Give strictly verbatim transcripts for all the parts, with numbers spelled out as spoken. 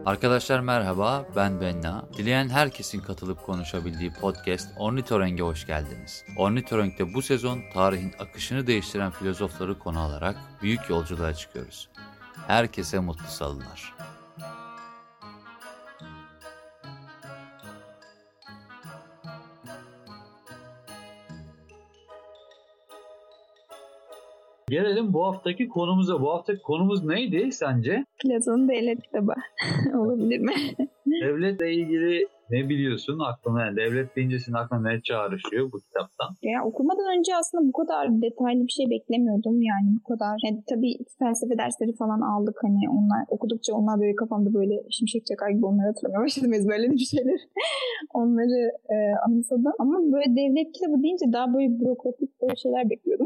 Arkadaşlar merhaba, ben Benna. Dileyen herkesin katılıp konuşabildiği podcast Ornitorenk'e hoş geldiniz. Ornitorenk'te bu sezon tarihin akışını değiştiren filozofları konu alarak büyük yolculuğa çıkıyoruz. Herkese mutlu salılar. Gelelim bu haftaki konumuza. Bu haftaki konumuz neydi sence? Platon'un Devlet kitabı. Olabilir mi? Devletle ilgili ne biliyorsun? Aklına yani devlet deyince senin aklına ne çağrışıyor bu kitaptan? Ya okumadan önce aslında bu kadar detaylı bir şey beklemiyordum. Yani bu kadar. Yani tabii felsefe dersleri falan aldık. Hani onlar okudukça onlar böyle kafamda böyle şimşek çakar gibi onları hatırlamaya başladım. Ezberledim bir şeyler. Onları e, anımsadım. Ama böyle devlet kitabı deyince daha böyle bürokratik böyle şeyler bekliyordum.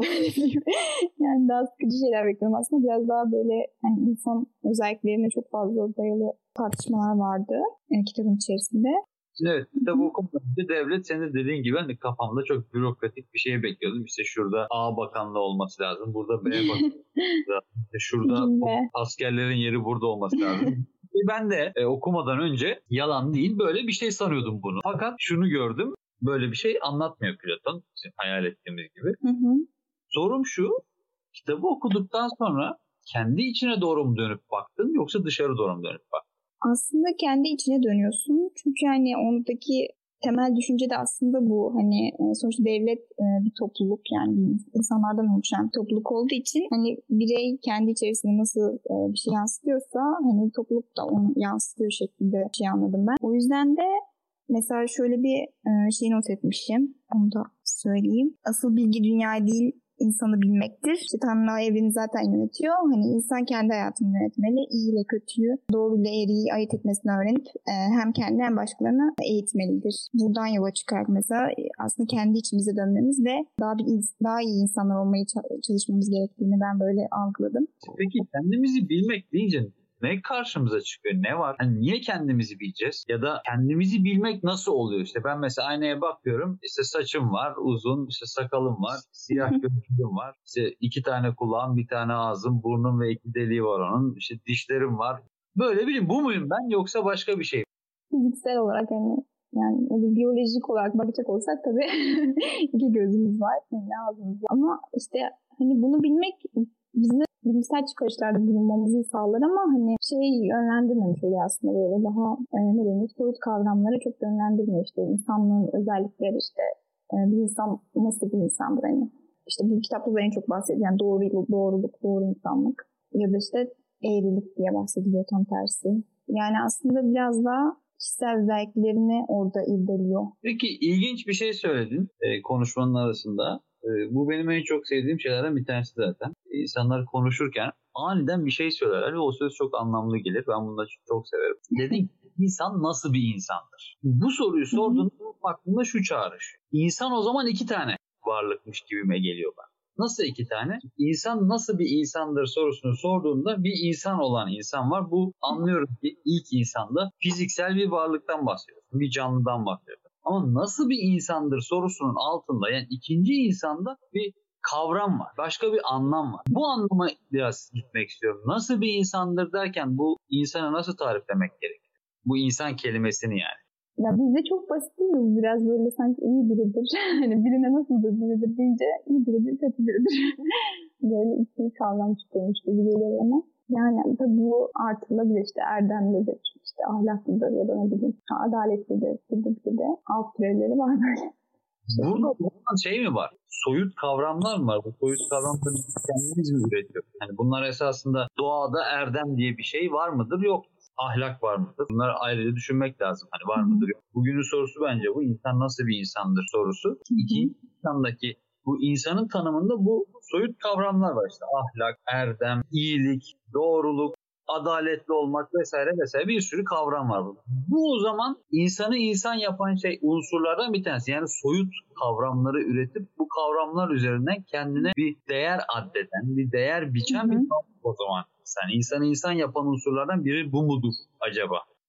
Yani daha sıkıcı şeyler bekliyordum. Aslında biraz daha böyle hani insan özelliklerine çok fazla dayalı tartışmalar vardı yani kitabın içerisinde. Evet, kitabı okumadan devlet senin de dediğin gibi hani kafamda çok bürokratik bir şey bekliyordum. İşte şurada A bakanlığı olması lazım, burada B bakanlığı lazım, işte şurada askerlerin yeri burada olması lazım. Ben de e, okumadan önce yalan değil böyle bir şey sanıyordum bunu. Fakat şunu gördüm, böyle bir şey anlatmıyor Platon, bizim hayal ettiğimiz gibi. Hı hı. Sorum şu, kitabı okuduktan sonra kendi içine doğru mu dönüp baktın yoksa dışarı doğru mu dönüp baktın? Aslında kendi içine dönüyorsun. Çünkü hani ondaki temel düşünce de aslında bu. Hani sonuçta devlet bir topluluk yani insanlardan oluşan bir topluluk olduğu için hani birey kendi içerisinde nasıl bir şey yansıtıyorsa hani topluluk da onu yansıtıyor şeklinde bir şey anladım ben. O yüzden de mesela şöyle bir şey not etmişim. Onu da söyleyeyim. Asıl bilgi dünyayı değil insanı bilmektir. İşte Tanrı evreni zaten yönetiyor. Hani insan kendi hayatını yönetmeli. İyi ile kötüyü, doğru ile eğriyi ayırt etmesini öğrenip e, hem kendi hem başkalarına eğitmelidir. Buradan yola çıkarak mesela aslında kendi içimize dönmemiz ve daha bir daha iyi insanlar olmaya çalışmamız gerektiğini ben böyle algıladım. Peki kendimizi bilmek deyince ne karşımıza çıkıyor? Ne var? Yani niye kendimizi bileceğiz? Ya da kendimizi bilmek nasıl oluyor? İşte ben mesela aynaya bakıyorum. İşte saçım var, uzun, işte sakalım var, siyah gözlüğüm var. İşte iki tane kulağım, bir tane ağzım, burnum ve iki deliği var onun. İşte dişlerim var. Böyle bileyim, bu muyum ben yoksa başka bir şey mi? Fiziksel olarak yani yani biyolojik olarak bakacak olsak tabii iki gözümüz var, bir ağzımız var. Ama işte hani bunu bilmek bize bilimsel çıkarışlarda bulunmamızı sağlar ama hani şey yönlendirmemiş oluyor aslında böyle daha e, ne denir soyut kavramlara çok yönlendirmiyor işte insanlığın özellikleri işte e, bir insan nasıl bir insandır hani işte bu kitapta da en çok bahsediyor yani doğruluk, doğruluk, doğru insanlık ya da işte eğrilik diye bahsediliyor tam tersi. Yani aslında biraz daha kişisel özelliklerini orada irdeliyor. Peki ilginç bir şey söyledin e, konuşmanın arasında. E, bu benim en çok sevdiğim şeylerden bir tanesi zaten. İnsanlar konuşurken aniden bir şey söylerler ve o söz çok anlamlı gelir. Ben bunu da çok severim. Dedin insan nasıl bir insandır? Bu soruyu sorduğunda aklımda şu çağrışıyor. İnsan o zaman iki tane varlıkmış gibime geliyor bana. Nasıl iki tane? İnsan nasıl bir insandır sorusunu sorduğunda bir insan olan insan var. Bu anlıyorum ki ilk insanda fiziksel bir varlıktan bahsediyoruz. Bir canlıdan bahsediyoruz. Ama nasıl bir insandır sorusunun altında yani ikinci insanda bir kavram var. Başka bir anlam var. Bu anlama biraz gitmek istiyorum. Nasıl bir insandır derken bu insanı nasıl tariflemek gerekiyor? Bu insan kelimesini yani. Ya bizde çok basit değil mi? Biraz böyle sanki iyi biridir. Hani birine nasıldır biridir deyince iyi biridir, kötü biridir. Böyle iki kavram çıkıyormuş gibi geliyor ama. Yani tabii bu artırılabilir işte erdemlidir, işte ahlaklıdır ya da ne bileyim adaletlidir gibi de alt türevleri var böyle. Burada bundan şey mi var? Soyut kavramlar mı var? Bu soyut kavramları kendimiz mi üretiyoruz? Yani bunlar esasında doğada erdem diye bir şey var mıdır? Yok. Ahlak var mıdır? Bunları ayrıca düşünmek lazım. Hani var mıdır? Yok. Bugünün sorusu bence bu. İnsan nasıl bir insandır sorusu. İkinci insandaki bu insanın tanımında bu soyut kavramlar var. İşte ahlak, erdem, iyilik, doğruluk, adaletli olmak vesaire vesaire bir sürü kavram var burada. Bu o zaman insanı insan yapan şey unsurlardan bir tanesi. Yani soyut kavramları üretip bu kavramlar üzerinden kendine bir değer addeden, bir değer biçen bir kavram o zaman. Yani insanı insan yapan unsurlardan biri bu mudur acaba?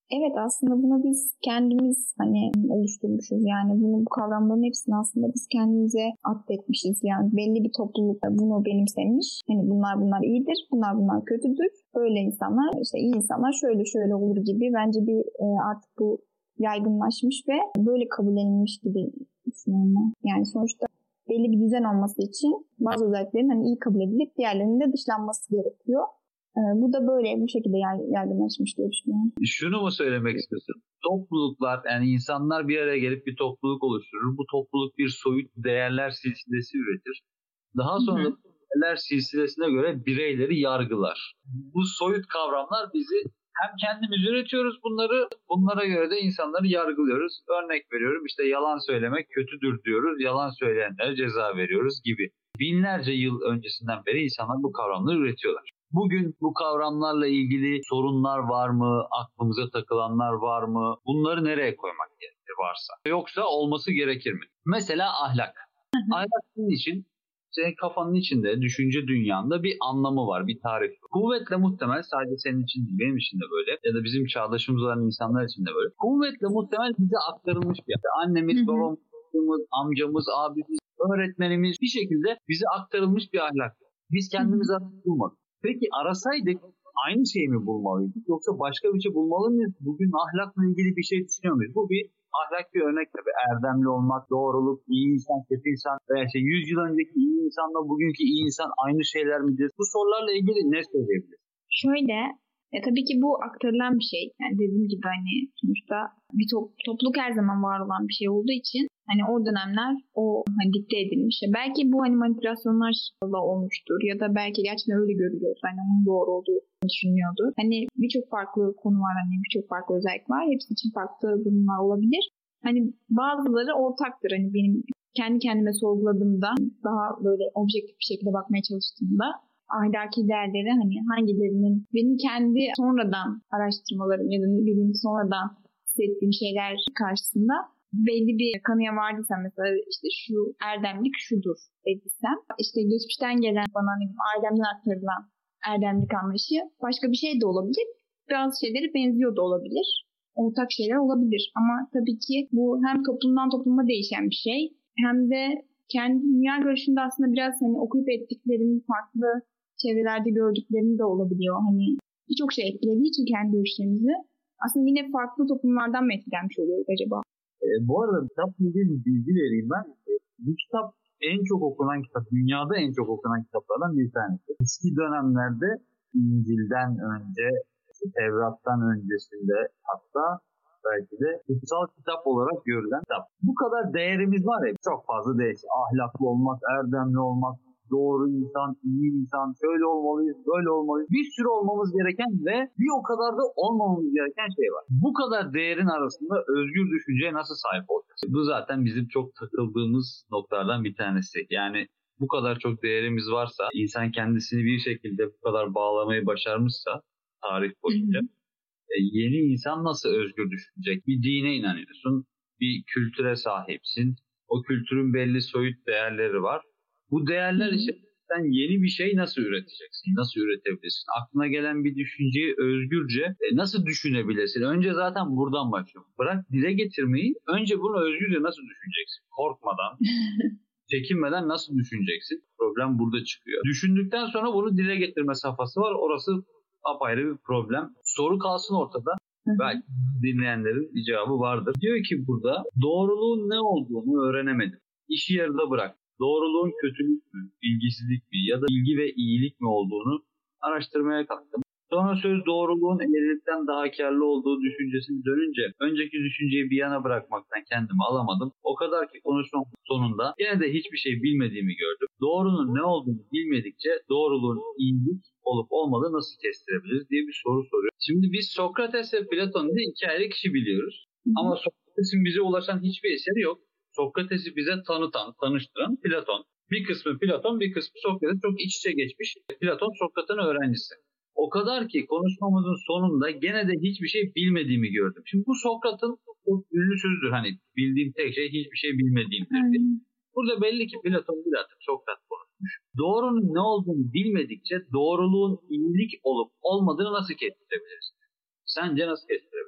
Evet, aslında bunu biz kendimiz hani oluşturmuşuz. Yani bunu, bu kavramların hepsini aslında biz kendimize atfetmişiz. Yani belli bir topluluk bunu benimsemiş. Hani bunlar bunlar iyidir, bunlar bunlar kötüdür. Böyle insanlar, işte iyi insanlar şöyle şöyle olur gibi, bence bir e, artık bu yaygınlaşmış ve böyle kabullenilmiş gibi düşünüyorum ben. Yani sonuçta belli bir düzen olması için bazı özelliklerin hani iyi kabul edilip diğerlerinin de dışlanması gerekiyor. Bu da böyle bu şekilde yaygınlaşmış diye düşünüyorum. Şunu mu söylemek istiyorsun? Topluluklar, yani insanlar bir araya gelip bir topluluk oluşturur. Bu topluluk bir soyut değerler silsilesi üretir. Daha sonra hı hı. değerler silsilesine göre bireyleri yargılar. Bu soyut kavramlar bizi, hem kendimiz üretiyoruz bunları, bunlara göre de insanları yargılıyoruz. Örnek veriyorum, işte yalan söylemek kötüdür diyoruz. Yalan söyleyenlere ceza veriyoruz gibi. Binlerce yıl öncesinden beri insanlar bu kavramları üretiyorlar. Bugün bu kavramlarla ilgili sorunlar var mı? Aklımıza takılanlar var mı? Bunları nereye koymak gerekir varsa? Yoksa olması gerekir mi? Mesela ahlak. Ahlak senin için, senin kafanın içinde, düşünce dünyanda bir anlamı var, bir tarif. Kuvvetle muhtemel, sadece senin için değil, benim için de böyle ya da bizim çağdaşımız olan insanlar için de böyle. Kuvvetle muhtemel bize aktarılmış bir şey. Annemiz, babamız, amcamız, abimiz, öğretmenimiz bir şekilde bize aktarılmış bir ahlak. Biz kendimiz bulmadık. Peki arasaydık aynı şeyi mi bulmalıydık, yoksa başka bir şey bulmalı mıyız? Bugün ahlakla ilgili bir şey düşünüyor muyuz? Bu bir ahlak bir örnek tabii. Erdemli olmak, doğruluk, iyi insan, kötü insan veya şey yüz yıl önceki iyi insanla bugünkü iyi insan aynı şeyler midir? Bu sorularla ilgili ne söyleyebiliriz? Şöyle, e, tabii ki bu aktarılan bir şey. Yani dediğim gibi hani sonuçta bir top, topluluk her zaman var olan bir şey olduğu için hani o dönemler o hani dikte edilmiş. Belki bu hani manipülasyonlarla olmuştur ya da belki gerçekten öyle görülüyor. Hani onun doğru olduğu düşünüyordur. Hani birçok farklı konu var, hani birçok farklı özellik var. Hepsi için farklı durumlar olabilir. Hani bazıları ortaktır. Hani benim kendi kendime sorguladığımda, daha böyle objektif bir şekilde bakmaya çalıştığımda ahlaki değerleri hani hangilerinin benim kendi sonradan araştırmalarım ya da benim sonradan hissettiğim şeyler karşısında belli bir kanıya vardıysam, mesela işte şu erdemlik şudur dediysem, işte geçmişten gelen bana hani ailemden aktarılan erdemlik anlayışı başka bir şey de olabilir. Bazı şeyleri benziyor da olabilir. Ortak şeyler olabilir. Ama tabii ki bu hem toplumdan topluma değişen bir şey, hem de kendi dünya görüşünde aslında biraz hani okuyup ettiklerinin farklı çevrelerde gördüklerini de olabiliyor. Hani birçok şey etkilediği için kendi görüşlerimizi aslında yine farklı toplumlardan mı etkilenmiş oluyoruz acaba? E, bu arada kitapla ilgili bir bilgi vereyim ben. E, bu kitap en çok okunan kitap, dünyada en çok okunan kitaplardan bir tanesi. Eski dönemlerde İncil'den önce, Tevrat'tan öncesinde hatta belki de kutsal kitap olarak görülen kitap. Bu kadar değerimiz var ya, çok fazla değer. Ahlaklı olmak, erdemli olmak, doğru insan, iyi insan, şöyle olmalıyız, böyle olmalıyız. Bir sürü olmamız gereken ve bir o kadar da olmamamız gereken şey var. Bu kadar değerin arasında özgür düşünceye nasıl sahip olacağız? Bu zaten bizim çok takıldığımız noktalardan bir tanesi. Yani bu kadar çok değerimiz varsa, insan kendisini bir şekilde bu kadar bağlamayı başarmışsa tarih boyunca, e, yeni insan nasıl özgür düşünecek? Bir dine inanıyorsun, bir kültüre sahipsin. O kültürün belli soyut değerleri var. Bu değerler için sen yeni bir şey nasıl üreteceksin? Nasıl üretebilirsin? Aklına gelen bir düşünceyi özgürce e, nasıl düşünebilirsin? Önce zaten buradan başlıyor. Bırak dile getirmeyi, önce bunu özgürce nasıl düşüneceksin? Korkmadan, çekinmeden nasıl düşüneceksin? Problem burada çıkıyor. Düşündükten sonra bunu dile getirme safhası var. Orası apayrı bir problem. Soru kalsın ortada. Belki dinleyenlerin bir cevabı vardır. Diyor ki burada, doğruluğun ne olduğunu öğrenemedim. İşi yarıda bırak. Doğruluğun kötülük mü, bilgisizlik mi ya da bilgi ve iyilik mi olduğunu araştırmaya kalktım. Sonra söz doğruluğun eğrilikten daha karlı olduğu düşüncesini dönünce önceki düşünceyi bir yana bırakmaktan kendimi alamadım. O kadar ki konuşmanın sonunda yine de hiçbir şey bilmediğimi gördüm. Doğrunun ne olduğunu bilmedikçe doğruluğun iyilik olup olmadığını nasıl kestirebiliriz diye bir soru soruyor. Şimdi biz Sokrates ve Platon diye iki ayrı kişi biliyoruz. Ama Sokrates'in bize ulaşan hiçbir eseri yok. Sokrates'i bize tanıtan, tanıştıran Platon. Bir kısmı Platon, bir kısmı Sokrates, çok iç içe geçmiş. Platon Sokrates'in öğrencisi. O kadar ki konuşmamızın sonunda gene de hiçbir şey bilmediğimi gördüm. Şimdi bu Sokrat'ın çok ünlü sözüdür. Hani bildiğim tek şey hiçbir şey bilmediğimdir diye. Burada belli ki Platon bir artık Sokrat konuşmuş. Doğrunun ne olduğunu bilmedikçe doğruluğun iyilik olup olmadığını nasıl kestirebiliriz? Sence nasıl kestirebiliriz?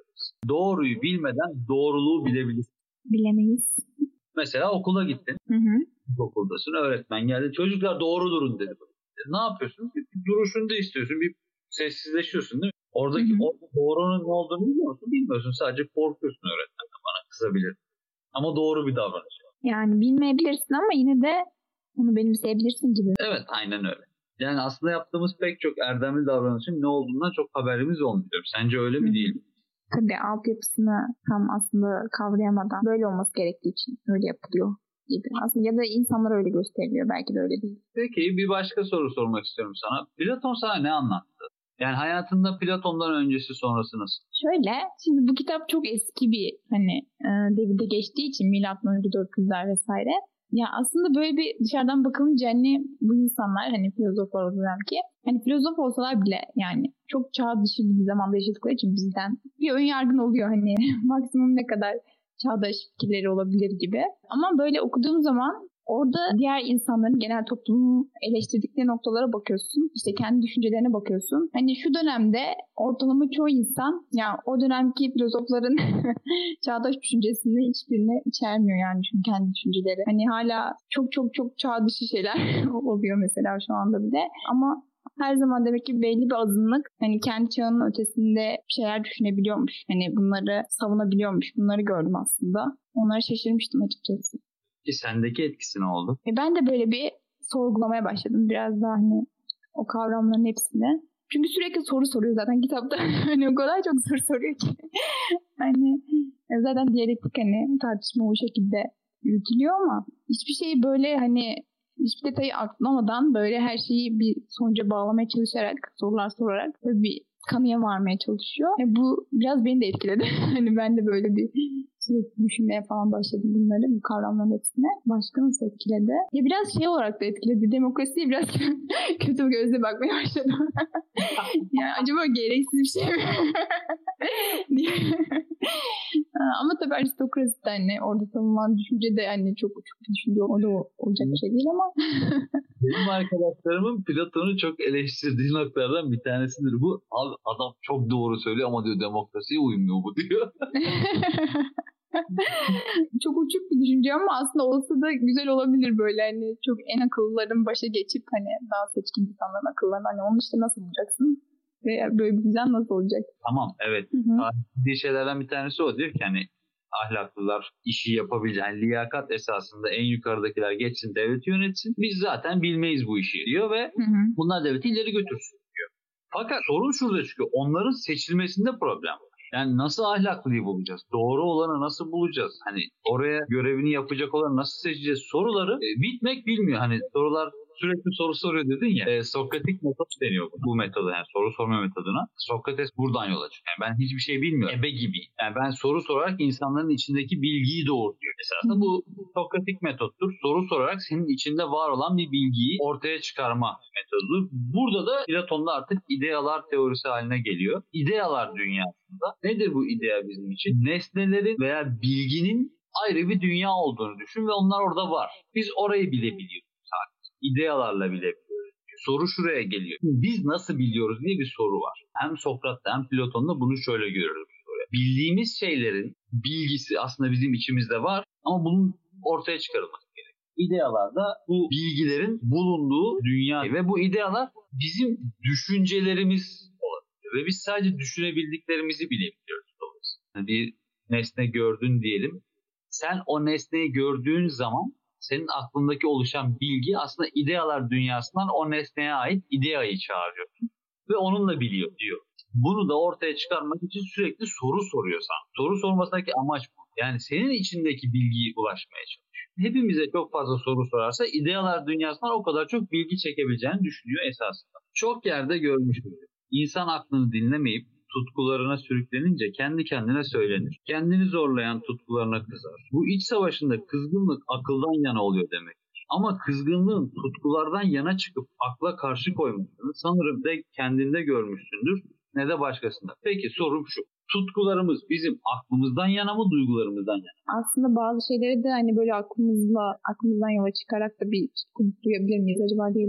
Doğruyu bilmeden doğruluğu bilebilirsin. Bilemeyiz. Mesela okula gittin. Hı hı. Okuldasın. Öğretmen geldi. Çocuklar doğru durun dedi. E, ne yapıyorsun? Bir, bir duruşunu değiştiriyorsun. Bir sessizleşiyorsun değil mi? Oradaki Hı hı. o doğrunun ne olduğunu biliyor musun? Bilmiyorsun. Sadece korkuyorsun öğretmenden. Bana kızabilir. Ama doğru bir davranış. Yani bilmeyebilirsin ama yine de onu benimseyebilirsin gibi. Evet, aynen öyle. Yani aslında yaptığımız pek çok erdemli davranışın ne olduğundan çok haberimiz olmuyor. Sence öyle mi değil mi? Tabii altyapısını tam aslında kavrayamadan böyle olması gerektiği için öyle yapılıyor gibi. Aslında ya da insanlar öyle gösteriliyor. Belki de öyle değil. Peki bir başka soru sormak istiyorum sana. Platon sana ne anlattı? Yani hayatında Platon'dan öncesi sonrası nasıl? Şöyle, şimdi bu kitap çok eski bir hani e, devirde geçtiği için milattan önce dört yüzler vesaire. Ya aslında böyle bir dışarıdan bakılınca hani bu insanlar hani filozoflar o dönemki hani filozof olsalar bile yani çok çağ dışı bir zamanda yaşadıkları için bizden bir ön yargın oluyor hani maksimum ne kadar çağdaş fikirleri olabilir gibi. Ama böyle okuduğum zaman orada diğer insanların genel toplumun eleştirdikleri noktalara bakıyorsun. İşte kendi düşüncelerine bakıyorsun. Hani şu dönemde ortalama çoğu insan ya o dönemki filozofların çağdaş düşüncesini hiçbirini içermiyor yani çünkü kendi düşünceleri. Hani hala çok çok çok çağ dışı şeyler oluyor mesela şu anda bile. Ama her zaman demek ki belli bir azınlık hani kendi çağının ötesinde şeyler düşünebiliyormuş. Hani bunları savunabiliyormuş. Bunları gördüm aslında. Onlara şaşırmıştım açıkçası. Ki sendeki etkisi ne oldu? E ben de böyle bir sorgulamaya başladım biraz daha hani o kavramların hepsini. Çünkü sürekli soru soruyor zaten kitapta. Hani o kadar çok soru soruyor ki. Hani zaten diyalektik hani tartışma o şekilde yürütülüyor ama hiçbir şeyi böyle hani hiçbir detayı atlamadan böyle her şeyi bir sonuca bağlamaya çalışarak sorular sorarak böyle bir kanıya varmaya çalışıyor. E bu biraz beni de etkiledi. Hani ben de böyle bir sürekli düşünmeye falan başladım bunları, bu kavramların hepsine. Başka nasıl etkiledi? Ya biraz şey olarak da etkiledi. Demokrasiye biraz kötü bir gözle bakmaya başladım. Yani acaba gereksiz bir şey mi? Ama tabii aristokrasi de hani orada savunulan düşünce de hani çok uçuk bir düşünce o da olacak bir şey değil ama. Benim arkadaşlarımın Platon'u çok eleştirdiği noktalardan bir tanesidir bu. Abi adam çok doğru söylüyor ama diyor demokrasiye uymuyor bu diyor. Çok uçuk bir düşünce ama aslında olsa da güzel olabilir böyle hani çok en akıllıların başa geçip hani daha seçkin insanların akıllarını hani onun işte nasıl bulacaksın ve böyle bir düzen nasıl olacak? Tamam, evet. Dediği şeylerden bir tanesi o, diyor ki hani ahlaklılar işi yapabilecek. Yani liyakat esasında en yukarıdakiler geçsin devleti yönetsin. Biz zaten bilmeyiz bu işi diyor ve Hı hı. bunlar devleti ileri götürsün diyor. Fakat sorun şurada çıkıyor. Onların seçilmesinde problem var. Yani nasıl ahlaklıyı bulacağız? Doğru olanı nasıl bulacağız? Hani oraya görevini yapacak olanı nasıl seçeceğiz? Soruları e, bitmek bilmiyor. Hani sorular sürekli soru soruyor dedin ya. E, Sokratik metot deniyor bu, bu metodu. Yani soru sorma metoduna. Sokrates buradan yola çıkıyor. Yani ben hiçbir şey bilmiyorum. Ebe gibi. Yani ben soru sorarak insanların içindeki bilgiyi doğurtuyor. Esasında bu Sokratik metottur. Soru sorarak senin içinde var olan bir bilgiyi ortaya çıkarma metodu. Burada da Platon'da artık idealar teorisi haline geliyor. İdealar dünyasında. Nedir bu idea bizim için? Nesnelerin veya bilginin ayrı bir dünya olduğunu düşün ve onlar orada var. Biz orayı bilebiliyoruz sadece. İdealarla bilebiliyoruz. Soru şuraya geliyor. Biz nasıl biliyoruz diye bir soru var. Hem Sokrat'ta hem Platon'da bunu şöyle görüyoruz. Bildiğimiz şeylerin bilgisi aslında bizim içimizde var ama bunun ortaya çıkarılması gerekiyor. İdealarda bu bilgilerin bulunduğu dünya ve bu idealar bizim düşüncelerimiz olabilir ve biz sadece düşünebildiklerimizi bilebiliyoruz dolayısıyla. Bir nesne gördün diyelim. Sen o nesneyi gördüğün zaman senin aklındaki oluşan bilgi aslında idealar dünyasından o nesneye ait ideayı çağırıyorsun ve onunla biliyor diyor. Bunu da ortaya çıkarmak için sürekli soru soruyorsan, soru sormasındaki amaç bu. Yani senin içindeki bilgiyi ulaşmaya çalışıyor. Hepimize çok fazla soru sorarsa idealar dünyasından o kadar çok bilgi çekebileceğini düşünüyor esasında. Çok yerde görmüştüm. İnsan aklını dinlemeyip tutkularına sürüklenince kendi kendine söylenir. Kendini zorlayan tutkularına kızar. Bu iç savaşında kızgınlık akıldan yana oluyor demek. Ama kızgınlığın tutkulardan yana çıkıp akla karşı koymasını sanırım da kendinde görmüşsündür ne de başkasında. Peki sorum şu. Tutkularımız bizim aklımızdan yana mı, duygularımızdan yana? Aslında bazı şeyleri de hani böyle aklımızla, aklımızdan yola çıkarak da bir tutku duyabilir miyiz acaba diye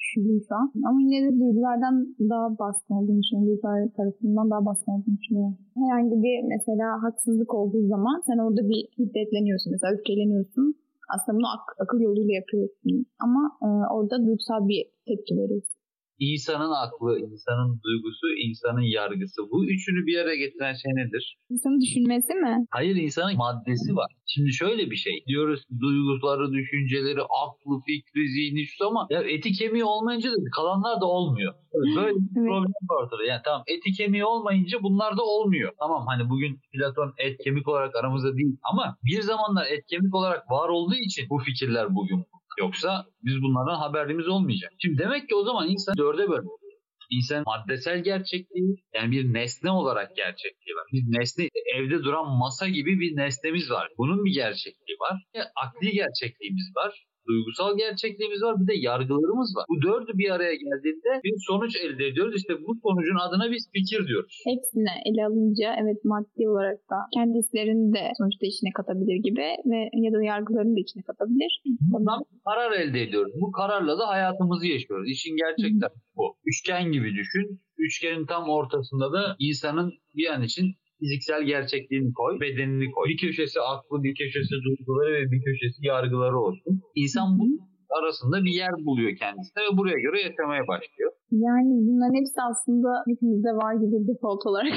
düşürüyor şu an. Ama yine de duygulardan daha baskın olduğunu düşünüyorum. Duygular tarafından daha baskın olduğunu düşünüyorum. Herhangi bir mesela haksızlık olduğu zaman sen orada bir hiddetleniyorsun. Mesela öfkeleniyorsun. Aslında bunu ak- akıl yoluyla yapıyorsun. Ama e, orada duygusal bir tepki veriyorsun. İnsanın aklı, insanın duygusu, insanın yargısı. Bu üçünü bir araya getiren şey nedir? İnsanın düşünmesi mi? Hayır, insanın maddesi var. Şimdi şöyle bir şey. Diyoruz duyguları, düşünceleri, aklı, fikri, zihni şu ama ya eti kemiği olmayınca da kalanlar da olmuyor. Böyle bir Evet. problem var ortada. Yani tamam, eti kemiği olmayınca bunlar da olmuyor. Tamam, hani bugün Platon et kemik olarak aramızda değil ama bir zamanlar et kemik olarak var olduğu için bu fikirler bugün. Yoksa biz bunlardan haberimiz olmayacak. Şimdi demek ki o zaman insan dörde bölünüyor. İnsanın maddesel gerçekliği, yani bir nesne olarak gerçekliği var. Bir nesne, evde duran masa gibi bir nesnemiz var. Bunun bir gerçekliği var. Ya, akli gerçekliğimiz var. Duygusal gerçekliğimiz var. Bir de yargılarımız var. Bu dördü bir araya geldiğinde bir sonuç elde ediyoruz. İşte bu sonucun adına biz fikir diyoruz. Hepsine ele alınca evet maddi olarak da kendi hislerini de sonuçta içine katabilir gibi ve ya da yargılarını da içine katabilir. Bundan karar elde ediyoruz. Bu kararla da hayatımızı yaşıyoruz. İşin gerçekten bu. Üçgen gibi düşün. Üçgenin tam ortasında da insanın bir an için fiziksel gerçekliğini koy, bedenini koy. Bir köşesi aklı, bir köşesi duyguları ve bir köşesi yargıları olsun. İnsan bu arasında bir yer buluyor kendisine ve buraya göre yaşamaya başlıyor. Yani bunların hepsi aslında hepimizde var gibi default olarak.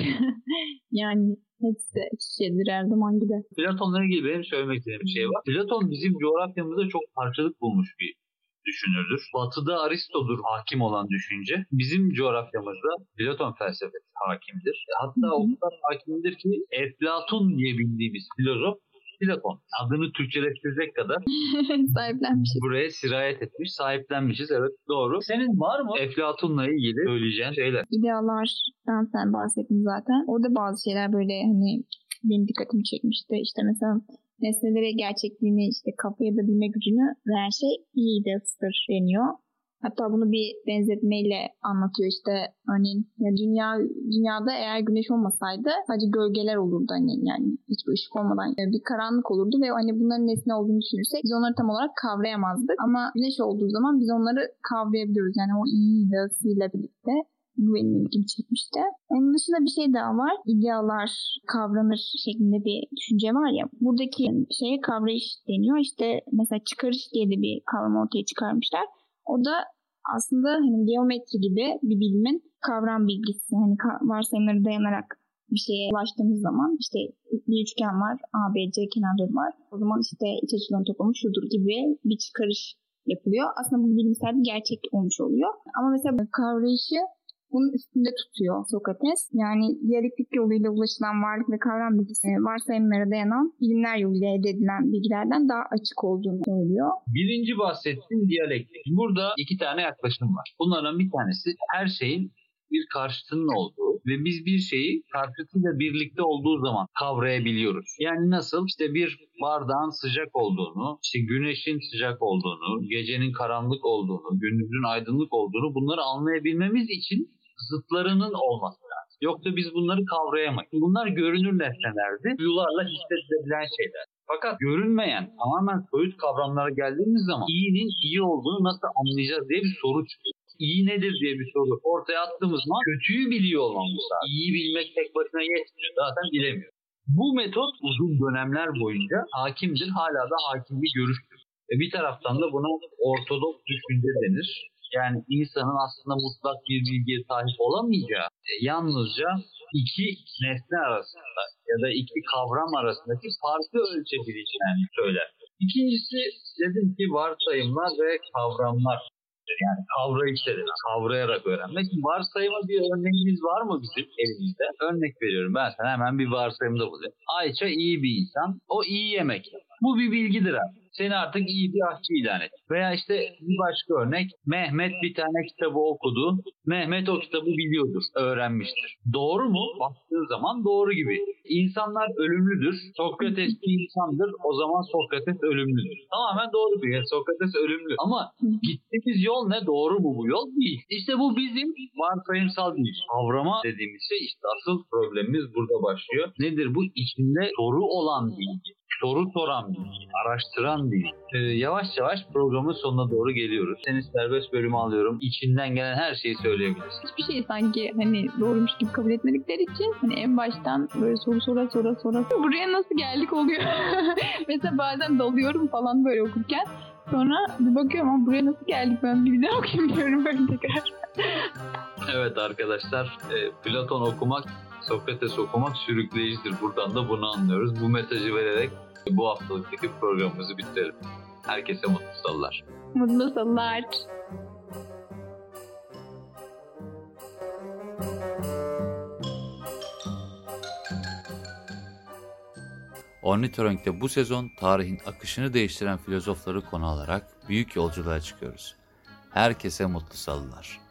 Yani hepsi iç içedir her zaman gibi. Platon'la ilgili benim söylemek istediğim bir şey var. Platon bizim coğrafyamızda çok karşılık bulmuş bir düşünürdür. Batı'da Aristo'dur hakim olan düşünce. Bizim coğrafyamızda Platon felsefesi hakimdir. Hatta o kadar hakimdir ki Eflatun diye bildiğimiz filozof Platon. Adını Türkçeleştirecek kadar Sahiplenmişiz. buraya sirayet etmiş, sahiplenmişiz. Evet, doğru. Senin var mı Eflatun'la ilgili söyleyeceğin şeyler? İdealardan sen bahsettin zaten. Orada bazı şeyler böyle hani benim dikkatimi çekmişti. İşte mesela nesnelere gerçekliğini işte kavrayabilme gücünü veren şey iyi ideasıdır deniyor. Hatta bunu bir benzetmeyle anlatıyor işte örneğin ya dünya dünyada eğer güneş olmasaydı sadece gölgeler olurdu hani yani hiçbir ışık olmadan bir karanlık olurdu ve hani bunların nesne olduğunu düşünürsek biz onları tam olarak kavrayamazdık ama güneş olduğu zaman biz onları kavrayabiliyoruz yani o iyi ideasıyla birlikte. Bu benim ilgimi çekmişti. Onun dışında bir şey daha var. İdealar kavranır şeklinde bir düşünce var ya. Buradaki şeye kavrayış deniyor. İşte mesela çıkarış diye de bir kavram ortaya çıkarmışlar. O da aslında hani geometri gibi bir bilimin kavram bilgisi. Hani varsayımlara dayanarak bir şeye ulaştığımız zaman işte bir üçgen var. A, B, C kenarları var. O zaman işte iç açıların toplamı şudur gibi bir çıkarış yapılıyor. Aslında bu bilimsel bir gerçek olmuş oluyor. Ama mesela kavrayışı bunun üstünde tutuyor Sokrates. Yani diyalektik yoluyla ulaşılan varlık ve kavram bilgisi varsayımlara dayanan bilimler yoluyla elde edilen bilgilerden daha açık olduğunu söylüyor. Birinci bahsettiğim diyalektik. Burada iki tane yaklaşım var. Bunlardan bir tanesi her şeyin bir karşıtının olduğu ve biz bir şeyi karşıtıyla birlikte olduğu zaman kavrayabiliyoruz. Yani nasıl? İşte bir bardağın sıcak olduğunu, işte güneşin sıcak olduğunu, gecenin karanlık olduğunu, gündüzün aydınlık olduğunu bunları anlayabilmemiz için zıtlarının olması lazım. Yoksa biz bunları kavrayamayız. Bunlar görünür nesnelerdi. Duyularla hissedilebilen şeyler. Fakat görünmeyen, tamamen soyut kavramlara geldiğimiz zaman iyinin iyi olduğunu nasıl anlayacağız diye bir soru çıkıyor. İyi nedir diye bir soru ortaya attığımız zaman kötüyü biliyor olmamız lazım. İyiyi bilmek tek başına yetmiyor. Zaten bilemiyor. Bu metot uzun dönemler boyunca hakimdir. Hala da hakim bir görüştür. Ve bir taraftan da buna ortodoks düşünce denir. Yani insanın aslında mutlak bir bilgiye sahip olamayacağı yalnızca iki nesne arasında ya da iki kavram arasındaki farkı ölçebileceğini söyler. İkincisi dedim ki varsayımlar ve kavramlar. Yani kavrayışları, kavrayarak öğrenmek. Varsayıma bir örneğimiz var mı bizim elimizde? Örnek veriyorum, ben sana hemen bir varsayımda bulayım. Ayça iyi bir insan, o iyi yemek yapar. Bu bir bilgidir abi. Seni artık iyi bir aşçı ilan et. Veya işte bir başka örnek, Mehmet bir tane kitabı okudu. Mehmet o kitabı biliyordur, öğrenmiştir. Doğru mu? Baktığın zaman doğru gibi. İnsanlar ölümlüdür. Sokrates bir insandır. O zaman Sokrates ölümlüdür. Tamamen doğru bir yer. Sokrates ölümlü. Ama gittiğimiz yol ne? Doğru mu bu yol? Değil. İşte bu bizim varsayımsal bir kavrama dediğimiz şey. İşte asıl problemimiz burada başlıyor. Nedir bu? İçinde soru olan bilgi. soru soran biri, araştıran biri. Ee, yavaş yavaş programın sonuna doğru geliyoruz. Seni serbest bölümü alıyorum. İçinden gelen her şeyi söyleyebilirsin. Hiçbir şey sanki hani doğrumuş gibi kabul etmedikleri için hani en baştan böyle soru sora sora sora buraya nasıl geldik oluyor. Mesela bazen dalıyorum falan böyle okurken. Sonra bir bakıyorum ama buraya nasıl geldik, ben bir daha okuyayım diyorum böyle tekrar. Evet arkadaşlar, e, Platon okumak, Sokrates okumak sürükleyicidir. Buradan da bunu anlıyoruz. Bu mesajı vererek bu haftalıktaki programımızı bitirelim. Herkese mutlu salılar. Mutlu salılar. Ornitoronk'te bu sezon tarihin akışını değiştiren filozofları konu alarak büyük yolculuğa çıkıyoruz. Herkese mutlu salılar.